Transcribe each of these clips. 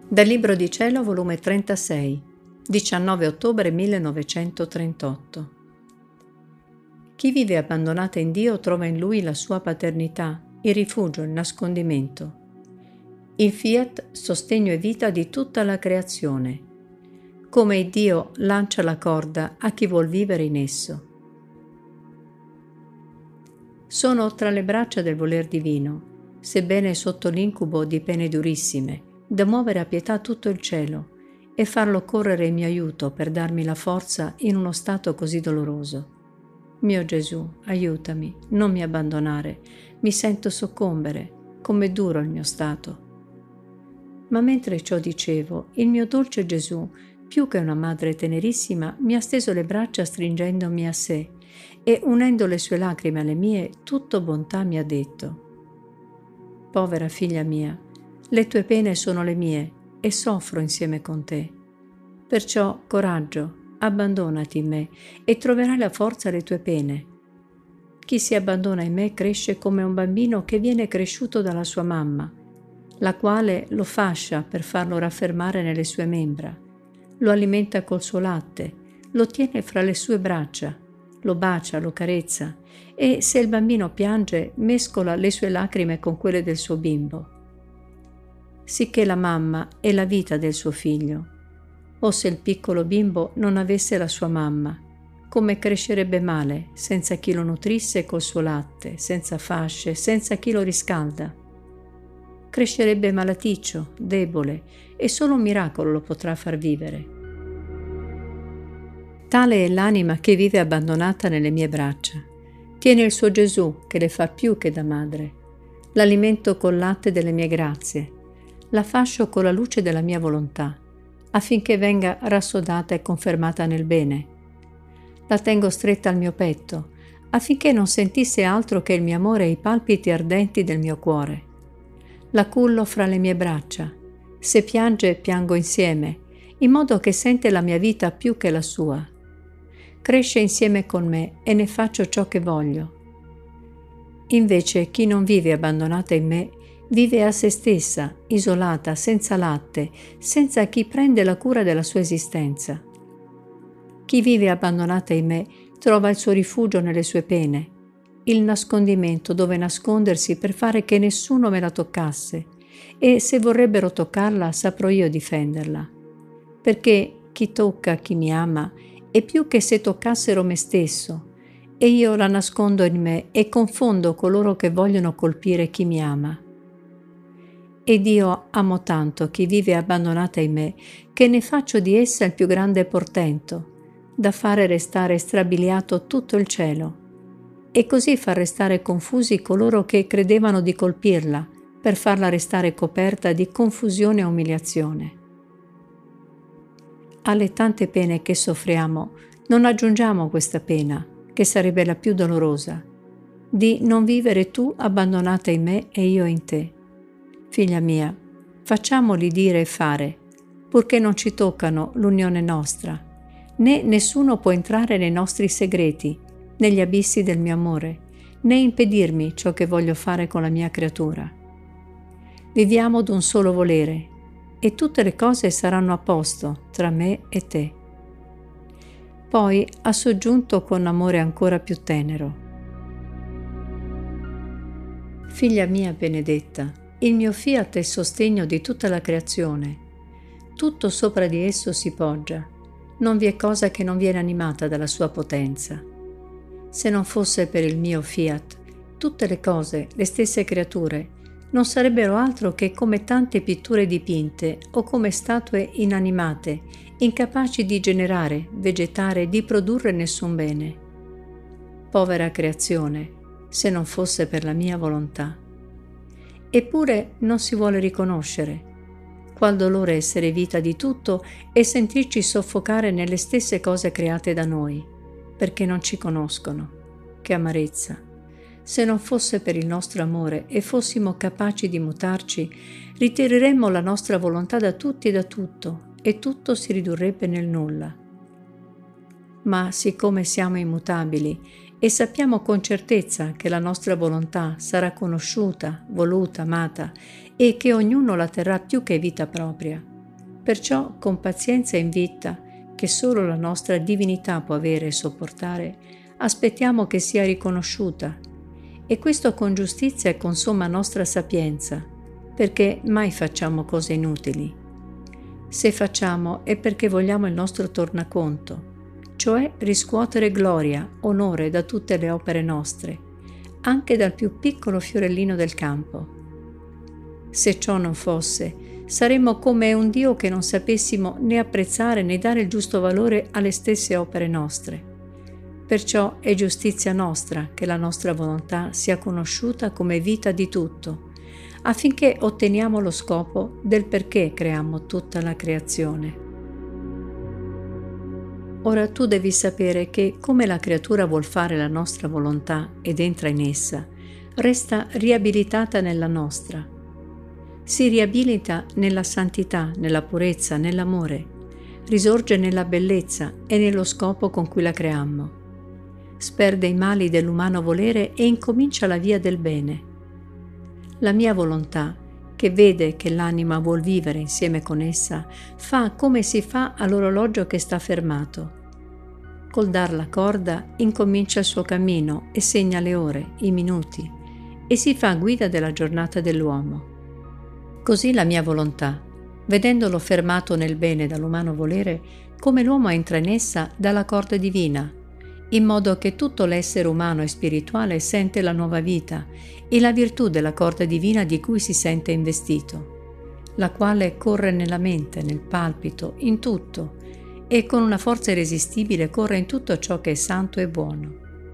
Dal Libro di Cielo, volume 36, 19 ottobre 1938. Chi vive abbandonata in Dio trova in Lui la sua paternità, il rifugio, il nascondimento. Il Fiat, sostegno e vita di tutta la creazione. Come Dio lancia la corda a chi vuol vivere in esso. Sono tra le braccia del voler divino, sebbene sotto l'incubo di pene durissime, da muovere a pietà tutto il cielo e farlo correre in mio aiuto per darmi la forza in uno stato così doloroso. Mio Gesù, aiutami, non mi abbandonare, mi sento soccombere, com'è duro il mio stato. Ma mentre ciò dicevo, il mio dolce Gesù, più che una madre tenerissima, mi ha steso le braccia stringendomi a sé e, unendo le sue lacrime alle mie, tutto bontà mi ha detto: povera figlia mia, le tue pene sono le mie e soffro insieme con te. Perciò, coraggio, abbandonati in me e troverai la forza alle tue pene. Chi si abbandona in me cresce come un bambino che viene cresciuto dalla sua mamma, la quale lo fascia per farlo raffermare nelle sue membra, lo alimenta col suo latte, lo tiene fra le sue braccia, lo bacia, lo carezza e, se il bambino piange, mescola le sue lacrime con quelle del suo bimbo. Sicché la mamma è la vita del suo figlio. O se il piccolo bimbo non avesse la sua mamma, come crescerebbe male senza chi lo nutrisse col suo latte, senza fasce, senza chi lo riscalda. Crescerebbe malaticcio, debole, e solo un miracolo lo potrà far vivere. Tale è l'anima che vive abbandonata nelle mie braccia. Tiene il suo Gesù che le fa più che da madre. L'alimento col latte delle mie grazie. La fascio con la luce della mia volontà, affinché venga rassodata e confermata nel bene. La tengo stretta al mio petto, affinché non sentisse altro che il mio amore e i palpiti ardenti del mio cuore. La cullo fra le mie braccia. Se piange, piango insieme, in modo che sente la mia vita più che la sua. Cresce insieme con me e ne faccio ciò che voglio. Invece, chi non vive abbandonata in me, vive a se stessa, isolata, senza latte, senza chi prende la cura della sua esistenza. Chi vive abbandonata in me trova il suo rifugio nelle sue pene, il nascondimento dove nascondersi per fare che nessuno me la toccasse, e se vorrebbero toccarla saprò io difenderla. Perché chi tocca chi mi ama è più che se toccassero me stesso, e io la nascondo in me e confondo coloro che vogliono colpire chi mi ama. Ed io amo tanto chi vive abbandonata in me, che ne faccio di essa il più grande portento, da fare restare strabiliato tutto il cielo, e così far restare confusi coloro che credevano di colpirla, per farla restare coperta di confusione e umiliazione. Alle tante pene che soffriamo, non aggiungiamo questa pena, che sarebbe la più dolorosa, di non vivere tu abbandonata in me e io in te. Figlia mia, facciamoli dire e fare, purché non ci toccano l'unione nostra, né nessuno può entrare nei nostri segreti, negli abissi del mio amore, né impedirmi ciò che voglio fare con la mia creatura. Viviamo d'un solo volere, e tutte le cose saranno a posto tra me e te. Poi ha soggiunto con amore ancora più tenero: figlia mia benedetta, il mio Fiat è il sostegno di tutta la creazione. Tutto sopra di esso si poggia. Non vi è cosa che non viene animata dalla sua potenza. Se non fosse per il mio Fiat, tutte le cose, le stesse creature, non sarebbero altro che come tante pitture dipinte o come statue inanimate, incapaci di generare, vegetare, di produrre nessun bene. Povera creazione, se non fosse per la mia volontà. Eppure non si vuole riconoscere. Qual dolore essere vita di tutto e sentirci soffocare nelle stesse cose create da noi, perché non ci conoscono. Che amarezza! Se non fosse per il nostro amore e fossimo capaci di mutarci, ritireremmo la nostra volontà da tutti e da tutto, e tutto si ridurrebbe nel nulla. Ma siccome siamo immutabili e sappiamo con certezza che la nostra volontà sarà conosciuta, voluta, amata, e che ognuno la terrà più che vita propria, Perciò, con pazienza invita, che solo la nostra divinità può avere e sopportare, aspettiamo che sia riconosciuta, e questo con giustizia e con somma nostra sapienza, perché mai facciamo cose inutili. Se facciamo è perché vogliamo il nostro tornaconto, cioè riscuotere gloria, onore da tutte le opere nostre, anche dal più piccolo fiorellino del campo. Se ciò non fosse, saremmo come un Dio che non sapessimo né apprezzare né dare il giusto valore alle stesse opere nostre. Perciò è giustizia nostra che la nostra volontà sia conosciuta come vita di tutto, affinché otteniamo lo scopo del perché creiamo tutta la creazione. Ora tu devi sapere che, come la creatura vuol fare la nostra volontà ed entra in essa, resta riabilitata nella nostra. Si riabilita nella santità, nella purezza, nell'amore, risorge nella bellezza e nello scopo con cui la creammo. Sperde i mali dell'umano volere e incomincia la via del bene. La mia volontà, che vede che l'anima vuol vivere insieme con essa, fa come si fa all'orologio che sta fermato. Col dar la corda incomincia il suo cammino e segna le ore, i minuti, e si fa guida della giornata dell'uomo. Così la mia volontà, vedendolo fermato nel bene dall'umano volere, come l'uomo entra in essa dalla corda divina, in modo che tutto l'essere umano e spirituale sente la nuova vita e la virtù della corda divina di cui si sente investito, la quale corre nella mente, nel palpito, in tutto, e con una forza irresistibile corre in tutto ciò che è santo e buono.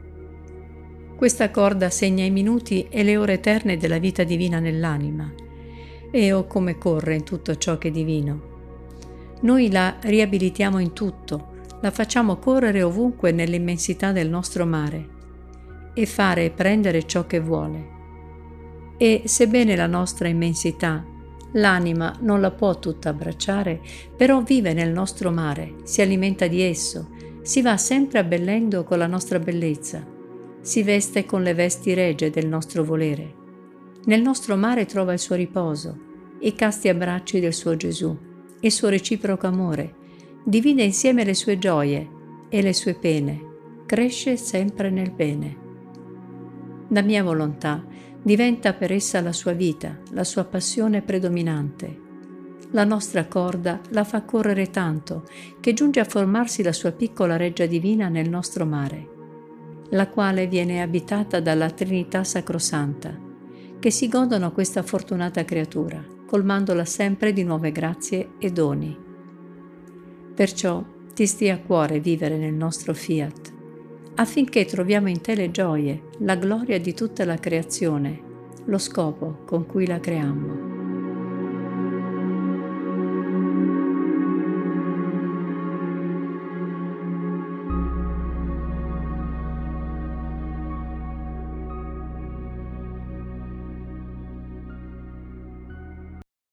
Questa corda segna i minuti e le ore eterne della vita divina nell'anima, e oh come corre in tutto ciò che è divino. Noi la riabilitiamo in tutto, la facciamo correre ovunque nell'immensità del nostro mare, e fare e prendere ciò che vuole. E sebbene la nostra immensità, l'anima non la può tutta abbracciare, però vive nel nostro mare, si alimenta di esso, si va sempre abbellendo con la nostra bellezza, si veste con le vesti regie del nostro volere. Nel nostro mare trova il suo riposo, i casti abbracci del suo Gesù, il suo reciproco amore, divide insieme le sue gioie e le sue pene, cresce sempre nel bene. La mia volontà diventa per essa la sua vita, la sua passione predominante. La nostra corda la fa correre tanto che giunge a formarsi la sua piccola reggia divina nel nostro mare, la quale viene abitata dalla Trinità Sacrosanta, che si godono questa fortunata creatura, colmandola sempre di nuove grazie e doni. Perciò ti stia a cuore vivere nel nostro fiat, affinché troviamo in te le gioie, la gloria di tutta la creazione, lo scopo con cui la creammo.